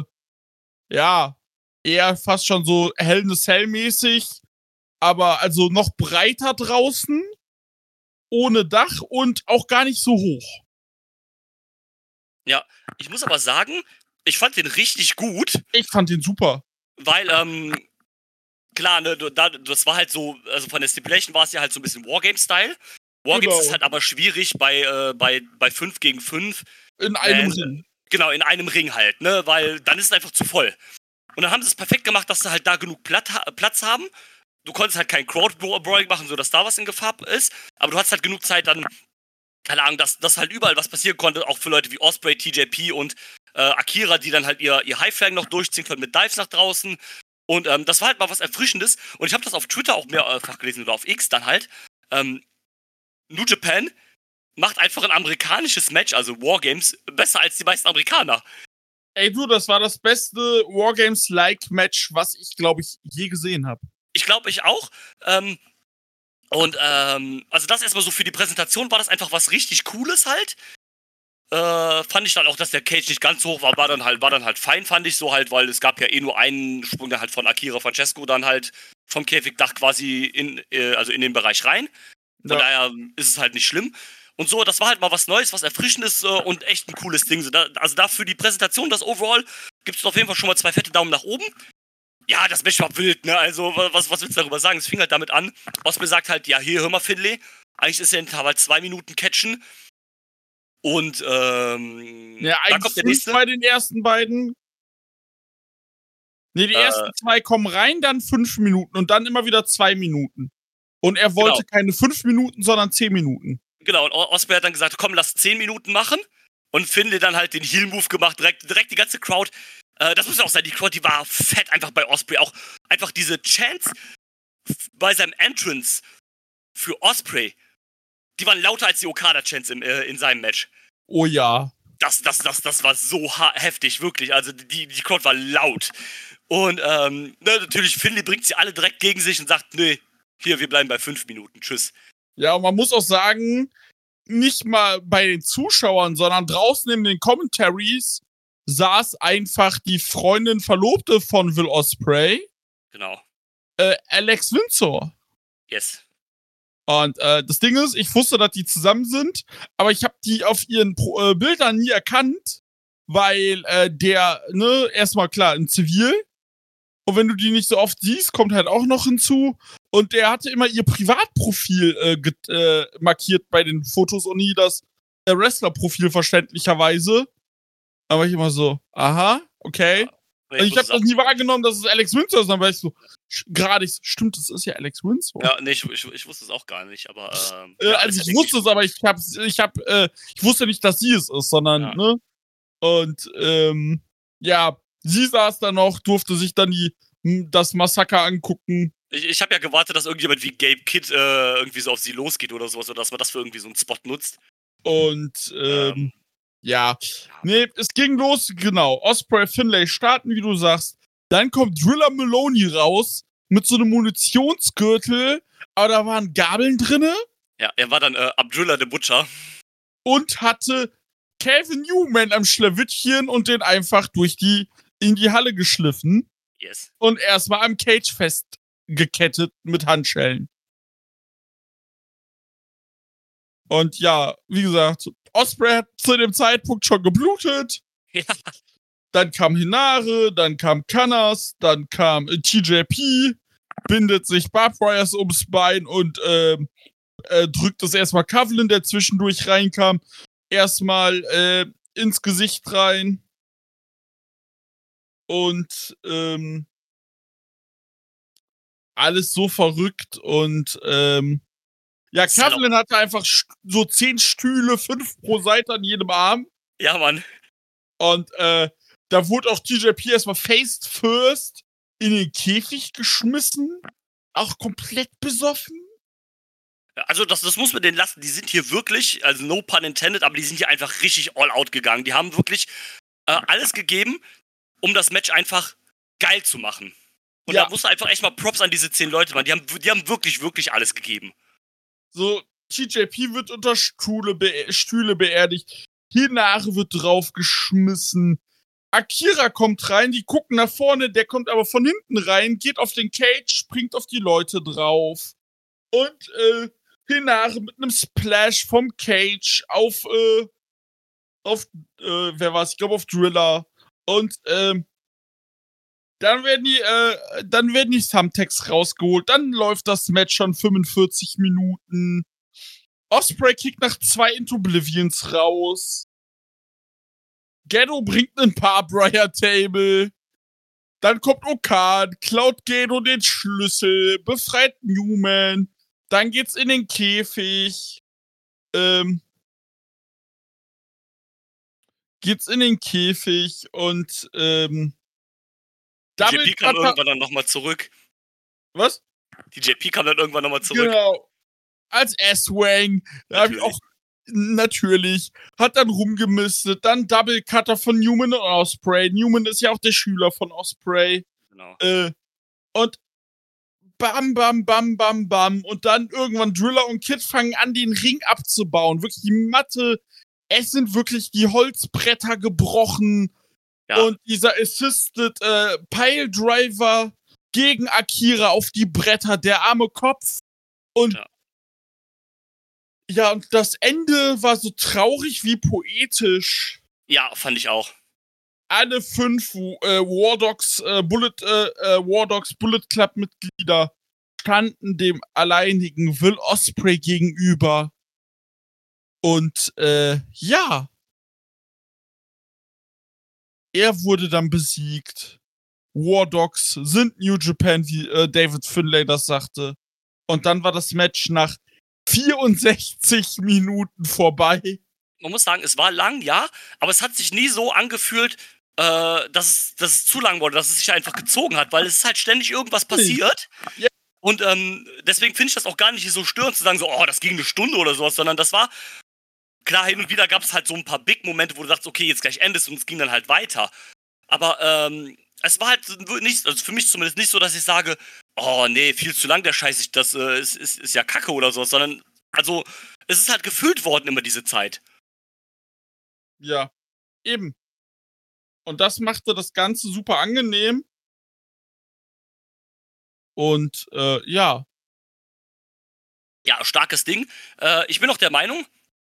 eher fast schon so Hell in a Cell mäßig, aber also noch breiter draußen, ohne Dach und auch gar nicht so hoch. Ja, ich muss aber sagen, ich fand den richtig gut. Ich fand den super. Weil, klar, ne, das war halt so, also von der Stipulation war es ja halt so ein bisschen Wargame-Style. Wargames ist halt aber schwierig bei 5 gegen 5. In einem Ring. Genau, in einem Ring halt, ne, weil dann ist es einfach zu voll. Und dann haben sie es perfekt gemacht, dass sie halt da genug Platz haben. Du konntest halt kein Crowd-Brawling machen, sodass da was in Gefahr ist. Aber du hattest halt genug Zeit dann, keine Ahnung, dass halt überall was passieren konnte. Auch für Leute wie Ospreay, TJP und Akira, die dann halt ihr High-Flag noch durchziehen können mit Dives nach draußen. Und das war halt mal was Erfrischendes. Und ich habe das auf Twitter auch mehrfach gelesen oder auf X dann halt. New Japan macht einfach ein amerikanisches Match, also Wargames, besser als die meisten Amerikaner. Ey du, das war das beste Wargames-like-Match, was ich, glaube ich, je gesehen habe. Ich glaube, ich auch. Also das erstmal so für die Präsentation war das einfach was richtig Cooles halt. Fand ich dann auch, dass der Cage nicht ganz so hoch war, war dann halt fein, fand ich so halt, weil es gab ja nur einen Sprung dann halt von Akira Francesco dann halt vom Käfigdach quasi in den Bereich rein. Von daher ist es halt nicht schlimm. Und so, das war halt mal was Neues, was Erfrischendes und echt ein cooles Ding. Also dafür die Präsentation, das Overall gibt's auf jeden Fall schon mal 2 fette Daumen nach oben. Ja, das Match war wild, ne? Also, was willst du darüber sagen? Es fing halt damit an. Osprey sagt halt, ja, hier, hör mal, Finlay. Eigentlich ist er in Intervall 2 Minuten catchen. Und, Ja, dann kommt der nächste. Bei den ersten beiden. Ne, die ersten 2 kommen rein, dann 5 Minuten und dann immer wieder 2 Minuten. Und er wollte keine 5 Minuten, sondern 10 Minuten. Genau, und Osprey hat dann gesagt, komm, lass 10 Minuten machen. Und Finlay dann halt den Heel-Move gemacht, direkt die ganze Crowd. Das muss ja auch sein, die Crowd, die war fett einfach bei Osprey. Auch einfach diese Chants bei seinem Entrance für Osprey, die waren lauter als die Okada-Chants in seinem Match. Oh ja. Das war so heftig, wirklich. Also die Crowd war laut. Und natürlich, Finlay bringt sie alle direkt gegen sich und sagt, nee, hier, wir bleiben bei 5 Minuten, tschüss. Ja, und man muss auch sagen, nicht mal bei den Zuschauern, sondern draußen in den Commentaries saß einfach die Freundin, Verlobte von Will Ospreay. Genau. Alex Windsor. Yes. Und das Ding ist, ich wusste, dass die zusammen sind, aber ich habe die auf ihren Bildern nie erkannt, weil erstmal klar, in Zivil. Und wenn du die nicht so oft siehst, kommt halt auch noch hinzu. Und der hatte immer ihr Privatprofil markiert bei den Fotos und nie das Wrestler-Profil verständlicherweise. Aber ich immer so, aha, okay. Und ich habe das nie wahrgenommen, dass es Alex Windsor ist. Dann war ich so, stimmt, das ist ja Alex Windsor. Ja, nee, ich wusste es auch gar nicht, aber also ich wusste es, aber ich wusste nicht, dass sie es ist, sondern, ne? Und, sie saß da noch, durfte sich dann das Massaker angucken. Ich habe ja gewartet, dass irgendjemand wie Gabe Kidd irgendwie so auf sie losgeht oder sowas, oder dass man das für irgendwie so einen Spot nutzt. Und, nee, es ging los, genau. Osprey, Finlay starten, wie du sagst. Dann kommt Driller Maloney raus mit so einem Munitionsgürtel, aber da waren Gabeln drinne. Ja, er war dann Abdullah the Butcher. Und hatte Calvin Newman am Schlawittchen und den einfach in die Halle geschliffen. Yes. Und erstmal am Cage festgekettet mit Handschellen. Und ja, wie gesagt, Osprey hat zu dem Zeitpunkt schon geblutet. Ja. Dann kam Hinare, dann kam Canas, dann kam TJP, bindet sich Barbed Wires ums Bein und drückt es erstmal Coughlin, der zwischendurch reinkam, erstmal ins Gesicht rein. Und alles so verrückt und ja, Coughlin hatte einfach so 10 Stühle, 5 pro Seite an jedem Arm. Ja, Mann. Und da wurde auch TJP erstmal face first in den Käfig geschmissen. Auch komplett besoffen. Also das muss man denen lassen. Die sind hier wirklich, also no pun intended, aber die sind hier einfach richtig all out gegangen. Die haben wirklich alles gegeben, um das Match einfach geil zu machen. Und da musst du einfach echt mal Props an diese 10 Leute machen. Die haben wirklich, wirklich alles gegeben. So, TJP wird unter Stühle beerdigt. Hinare wird draufgeschmissen. Akira kommt rein, die gucken nach vorne, der kommt aber von hinten rein, geht auf den Cage, springt auf die Leute drauf. Und Hinare mit einem Splash vom Cage auf wer war's? Ich glaube auf Driller. Und dann werden die Thumbtacks rausgeholt. Dann läuft das Match schon 45 Minuten. Osprey kickt nach 2 Into Oblivions raus. Gedo bringt einen Barbed-Wire-Table. Dann kommt Okada, klaut Gedo den Schlüssel, befreit Newman. Dann geht's in den Käfig. Und TJP kam irgendwann dann nochmal zurück. Was? TJP kam dann irgendwann nochmal zurück. Genau. Als S-Wang. Natürlich. Hat dann rumgemistet. Dann Double Cutter von Newman und Osprey. Newman ist ja auch der Schüler von Osprey. Genau. Und bam, bam, bam, bam, bam. Und dann irgendwann Driller und Kid fangen an, den Ring abzubauen. Wirklich die Matte. Es sind wirklich die Holzbretter gebrochen. Ja. Und dieser Assisted Piledriver gegen Akira auf die Bretter, der arme Kopf. Und ja, und das Ende war so traurig wie poetisch. Ja, fand ich auch. alle 5 War Dogs Bullet Club Mitglieder standen dem alleinigen Will Ospreay gegenüber. Und ja, er wurde dann besiegt. War Dogs sind New Japan, wie David Finlay das sagte. Und dann war das Match nach 64 Minuten vorbei. Man muss sagen, es war lang, ja, aber es hat sich nie so angefühlt, dass es zu lang wurde, dass es sich einfach gezogen hat, weil es ist halt ständig irgendwas passiert. Ja. Und deswegen finde ich das auch gar nicht so störend zu sagen, so, oh, das ging eine Stunde oder sowas, sondern das war, klar, hin und wieder gab es halt so ein paar Big-Momente, wo du sagst, okay, jetzt gleich endest und es ging dann halt weiter. Aber es war halt nicht, also für mich zumindest nicht so, dass ich sage, oh nee, viel zu lang der Scheiß, das ist ja Kacke oder sowas, sondern, also, es ist halt gefüllt worden immer diese Zeit. Ja, eben. Und das machte das Ganze super angenehm. Und ja. Ja, starkes Ding. Ich bin auch der Meinung,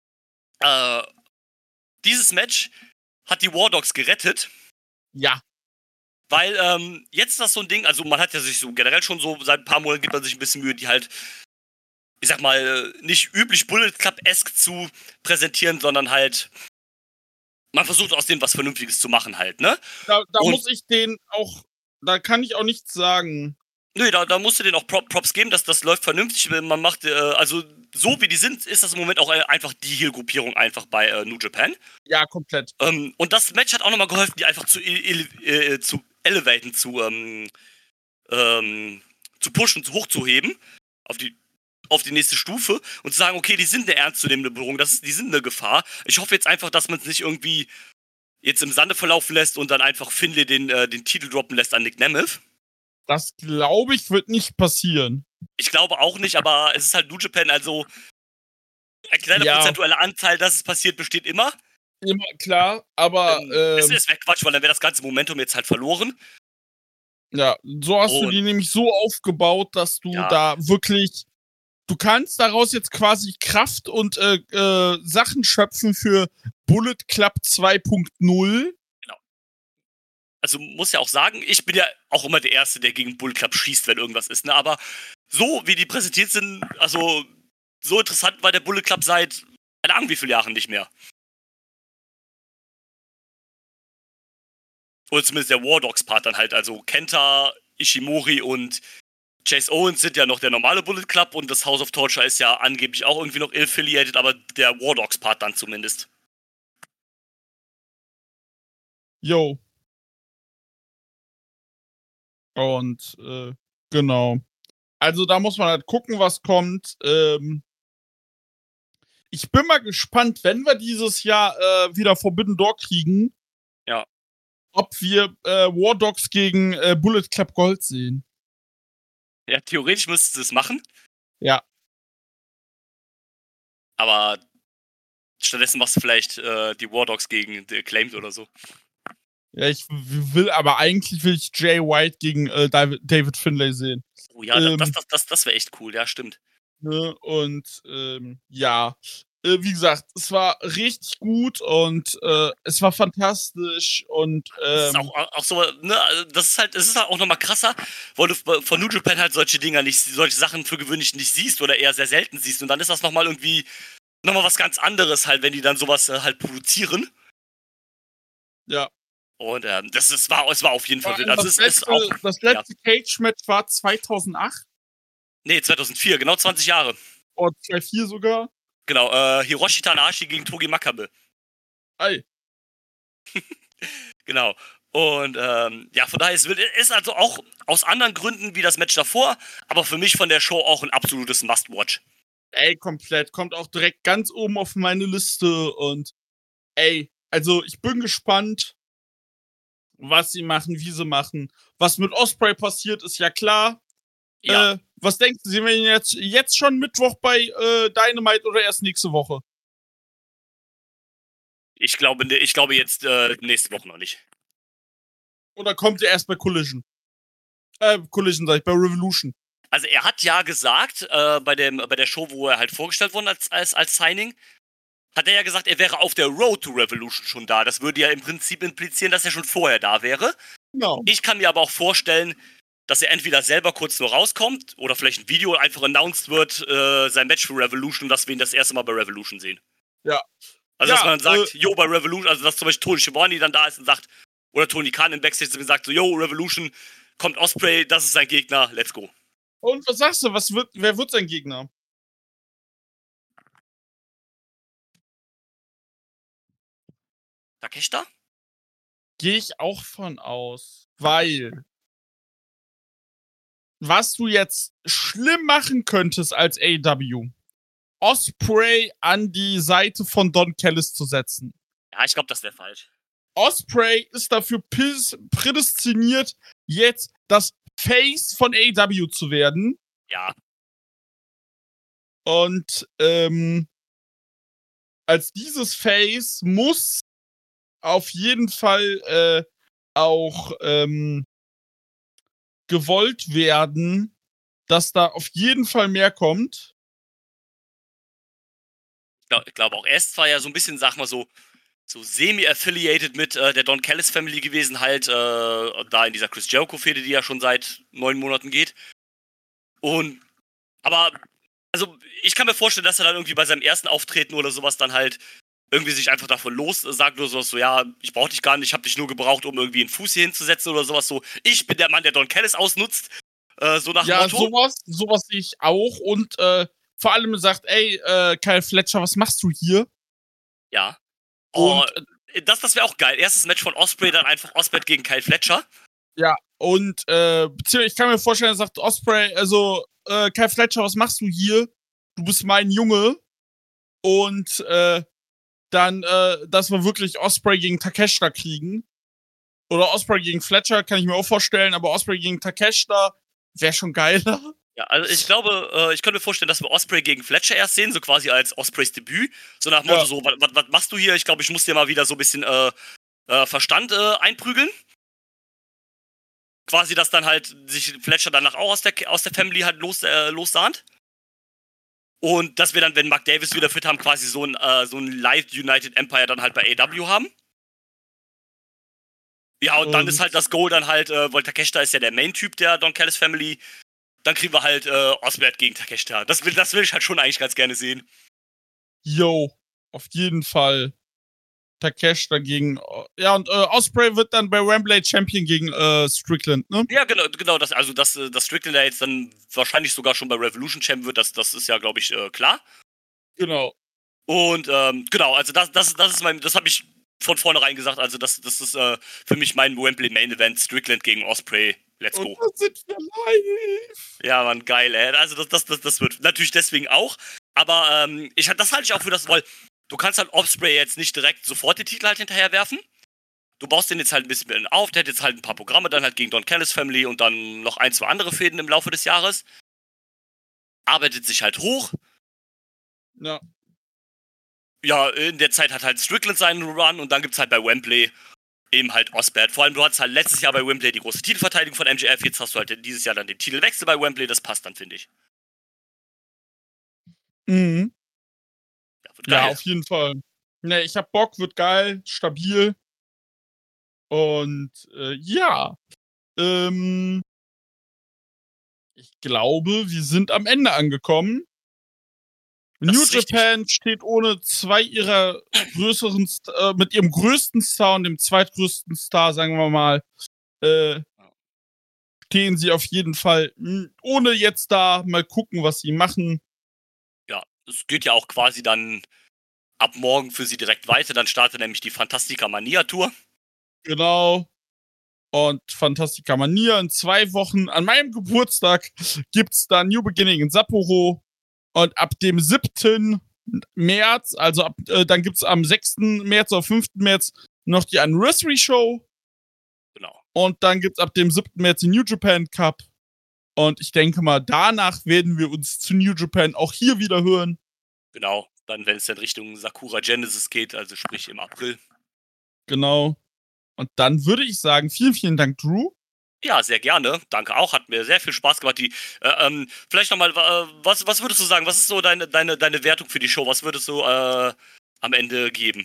dieses Match hat die War Dogs gerettet. Ja. Weil jetzt ist das so ein Ding, also man hat ja sich so generell schon so, seit ein paar Monaten gibt man sich ein bisschen Mühe, die halt, ich sag mal, nicht üblich Bullet Club-esque zu präsentieren, sondern halt, man versucht aus dem was Vernünftiges zu machen halt, ne? Da muss ich den auch, da kann ich auch nichts sagen. Nö, da musst du denen auch Props geben, dass das läuft vernünftig. Man macht, also so wie die sind, ist das im Moment auch einfach die Heel-Gruppierung einfach bei New Japan. Ja, komplett. Und das Match hat auch nochmal geholfen, die einfach zu elevaten, zu pushen, hochzuheben auf die nächste Stufe und zu sagen, okay, die sind eine ernstzunehmende Bedrohung, die sind eine Gefahr. Ich hoffe jetzt einfach, dass man es nicht irgendwie jetzt im Sande verlaufen lässt und dann einfach Finlay den Titel droppen lässt an Nick Nemeth. Das, glaube ich, wird nicht passieren. Ich glaube auch nicht, aber es ist halt New Japan, also eine kleine prozentuelle Anteil, dass es passiert, besteht immer. Immer, klar, aber es wäre Quatsch, weil dann wäre das ganze Momentum jetzt halt verloren. Ja, so hast du die nämlich so aufgebaut, dass du da wirklich, du kannst daraus jetzt quasi Kraft und Sachen schöpfen für Bullet Club 2.0. Also muss ja auch sagen, ich bin ja auch immer der Erste, der gegen Bullet Club schießt, wenn irgendwas ist, ne? Aber so wie die präsentiert sind, also so interessant war der Bullet Club seit keine Ahnung wie vielen Jahren nicht mehr. Oder zumindest der War Dogs Part dann halt, also Kenta, Ishimori und Chase Owens sind ja noch der normale Bullet Club und das House of Torture ist ja angeblich auch irgendwie noch affiliated, aber der War Dogs Part dann zumindest. Jo. Und genau. Also da muss man halt gucken, was kommt. Ich bin mal gespannt, wenn wir dieses Jahr wieder Forbidden Door kriegen. Ja. Ob wir War Dogs gegen Bullet Club Gold sehen. Ja, theoretisch müsstest du es machen. Ja. Aber stattdessen machst du vielleicht die War Dogs gegen The Acclaimed oder so. Ja, eigentlich will ich Jay White gegen David Finlay sehen. Oh ja, das wäre echt cool, ja, stimmt. Ne, und ja, wie gesagt, es war richtig gut und es war fantastisch und das ist auch so, ne, es ist halt auch nochmal krasser, weil du von New Japan halt solche Sachen für gewöhnlich nicht siehst oder eher sehr selten siehst und dann ist das nochmal was ganz anderes halt, wenn die dann sowas halt produzieren. Ja. Und es war auf jeden Fall wild. Also das letzte Cage-Match war 2008? Nee, 2004, genau 20 Jahre. Oh, 2004 sogar? Genau, Hiroshi Tanahashi gegen Togi Makabe. Ei. Genau. Und ja, von daher ist also auch aus anderen Gründen wie das Match davor, aber für mich von der Show auch ein absolutes Must-Watch. Ey, komplett. Kommt auch direkt ganz oben auf meine Liste und ey, also ich bin gespannt, was sie machen, wie sie machen. Was mit Ospreay passiert, ist ja klar. Ja. Was denken Sie, wenn jetzt schon Mittwoch bei Dynamite oder erst nächste Woche? Ich glaube jetzt nächste Woche noch nicht. Oder kommt er erst bei Collision? Collision sag ich, bei Revolution. Also er hat ja gesagt, bei der Show, wo er halt vorgestellt wurde als Signing, hat er ja gesagt, er wäre auf der Road to Revolution schon da. Das würde ja im Prinzip implizieren, dass er schon vorher da wäre. Genau. Ich kann mir aber auch vorstellen, dass er entweder selber kurz nur rauskommt oder vielleicht ein Video einfach announced wird, sein Match für Revolution, dass wir ihn das erste Mal bei Revolution sehen. Ja. Also, dass man dann sagt, yo, bei Revolution, also dass zum Beispiel Tony Schiavone dann da ist und sagt, oder Tony Khan im Backstage sagt so, yo, Revolution, kommt Ospreay, das ist sein Gegner, let's go. Und was sagst du, wer wird sein Gegner? Takeshita? Gehe ich auch von aus. Weil, was du jetzt schlimm machen könntest als AEW, Ospreay an die Seite von Don Callis zu setzen. Ja, ich glaube, das wäre falsch. Ospreay ist dafür prädestiniert, jetzt das Face von AEW zu werden. Ja. Und als dieses Face muss auf jeden Fall auch gewollt werden, dass da auf jeden Fall mehr kommt. Ich glaube auch, er ist zwar ja so ein bisschen, sag mal so semi-affiliated mit der Don Callis Family gewesen, halt da in dieser Chris Jericho-Fehde, die ja schon seit 9 Monaten geht. Aber also ich kann mir vorstellen, dass er dann irgendwie bei seinem ersten Auftreten oder sowas dann halt irgendwie sich einfach davon sagt oder sowas so, ja, ich brauch dich gar nicht, ich hab dich nur gebraucht, um irgendwie einen Fuß hier hinzusetzen oder sowas so. Ich bin der Mann, der Don Callis ausnutzt, so nach dem Motto. Ja, sowas sehe ich auch und vor allem sagt, ey, Kyle Fletcher, was machst du hier? Ja. Oh, das wäre auch geil. Erstes Match von Ospreay, dann einfach Ospreay gegen Kyle Fletcher. Ja, und beziehungsweise ich kann mir vorstellen, sagt Ospreay, also Kyle Fletcher, was machst du hier? Du bist mein Junge. Und dann, dass wir wirklich Ospreay gegen Takeshita kriegen. Oder Ospreay gegen Fletcher, kann ich mir auch vorstellen, aber Ospreay gegen Takeshita wäre schon geiler. Ja, also ich glaube, ich könnte mir vorstellen, dass wir Ospreay gegen Fletcher erst sehen, so quasi als Ospreys Debüt. So nach dem Motto, so, was machst du hier? Ich glaube, ich muss dir mal wieder so ein bisschen Verstand einprügeln. Quasi, dass dann halt sich Fletcher danach auch aus der Family halt lossahnt. Und dass wir dann, wenn Mark Davis wieder fit haben, quasi so ein Live United Empire dann halt bei AEW haben. Ja, und dann ist halt das Goal dann halt, weil Takeshita ist ja der Main-Typ der Don Callis Family. Dann kriegen wir halt Ospreay gegen Takeshita. Das will ich halt schon eigentlich ganz gerne sehen. Yo, auf jeden Fall. Takeshita gegen. Ja, und Ospreay wird dann bei Wembley Champion gegen Strickland, ne? Ja, genau. Dass Strickland da jetzt dann wahrscheinlich sogar schon bei Revolution Champion wird, das ist ja, glaube ich, klar. Genau. Und genau, also das habe ich von vornherein gesagt, also das ist für mich mein Wembley Main Event, Strickland gegen Ospreay. Let's go. Und das sind wir live. Ja, Mann, geil, ey. Also das wird natürlich deswegen auch. Aber das halte ich auch für das, weil du kannst halt Ospreay jetzt nicht direkt sofort den Titel halt hinterher werfen. Du baust den jetzt halt ein bisschen auf, der hat jetzt halt ein paar Programme, dann halt gegen Don Callis Family und dann noch 1, 2 andere Fäden im Laufe des Jahres. Arbeitet sich halt hoch. Ja. Ja, in der Zeit hat halt Strickland seinen Run und dann gibt's halt bei Wembley eben halt Ospreay. Vor allem, du hattest halt letztes Jahr bei Wembley die große Titelverteidigung von MJF, jetzt hast du halt dieses Jahr dann den Titelwechsel bei Wembley, das passt dann, finde ich. Mhm. Ja, wird geil. Ja, auf jeden Fall. Ne, ich hab Bock, wird geil, stabil. Und ja. Ich glaube, wir sind am Ende angekommen. New Japan steht ohne 2 ihrer größeren, mit ihrem größten Star und dem zweitgrößten Star, sagen wir mal, stehen sie auf jeden Fall, ohne jetzt da mal gucken, was sie machen. Ja, es geht ja auch quasi dann ab morgen für sie direkt weiter. Dann startet nämlich die Fantastica Mania Tour. Genau. Und Fantastica Mania in 2 Wochen. An meinem Geburtstag gibt's da New Beginning in Sapporo. Und ab dem 7. März, also dann gibt's am 6. März oder 5. März noch die Anniversary Show. Genau. Und dann gibt's ab dem 7. März den New Japan Cup. Und ich denke mal, danach werden wir uns zu New Japan auch hier wieder hören. Genau. Dann, wenn es dann Richtung Sakura Genesis geht, also sprich im April. Genau. Und dann würde ich sagen, vielen, vielen Dank, Drew. Ja, sehr gerne. Danke auch. Hat mir sehr viel Spaß gemacht. Vielleicht nochmal, was würdest du sagen? Was ist so deine Wertung für die Show? Was würdest du am Ende geben.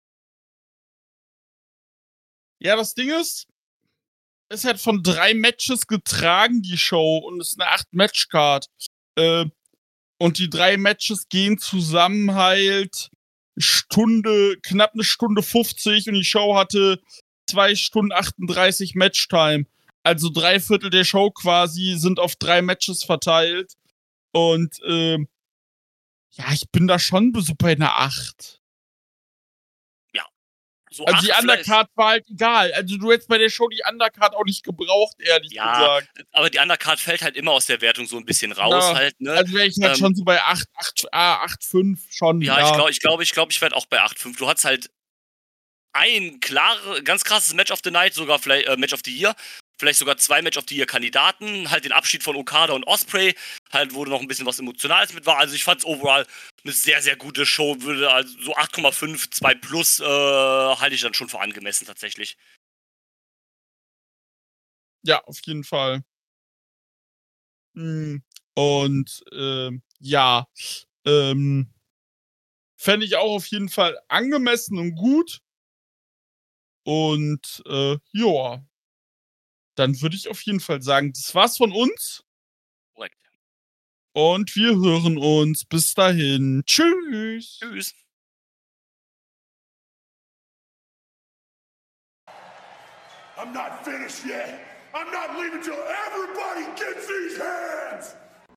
Ja, das Ding ist, es hat von 3 Matches getragen, die Show, und es ist eine 8-Match-Card. Und die 3 Matches gehen zusammen halt knapp eine Stunde 50, und die Show hatte 2 Stunden 38 Matchtime. Also 3/4 der Show quasi sind auf 3 Matches verteilt. Und ja, ich bin da schon so bei einer 8. So Also die Undercard war halt egal. Also du hättest bei der Show die Undercard auch nicht gebraucht, ehrlich gesagt. Aber die Undercard fällt halt immer aus der Wertung so ein bisschen raus halt, ne? Also wäre ich halt schon so bei 8,5 schon. Ja, ich glaube, ich werde auch bei 8,5. Du hattest halt ein ganz krasses Match of the Night, sogar vielleicht Match of the Year. Vielleicht sogar 2 Match of the Year Kandidaten. Halt den Abschied von Okada und Ospreay. Halt, wo noch ein bisschen was Emotionales mit war. Also ich fand's overall eine sehr, sehr gute Show. Würde also so 8,5, 2 plus halte ich dann schon für angemessen tatsächlich. Ja, auf jeden Fall. Und ja, fände ich auch auf jeden Fall angemessen und gut. Und ja, dann würde ich auf jeden Fall sagen, das war's von uns. Korrekt. Und wir hören uns. Bis dahin. Tschüss. Tschüss. I'm not finished yet. I'm not leaving till everybody gets these hands.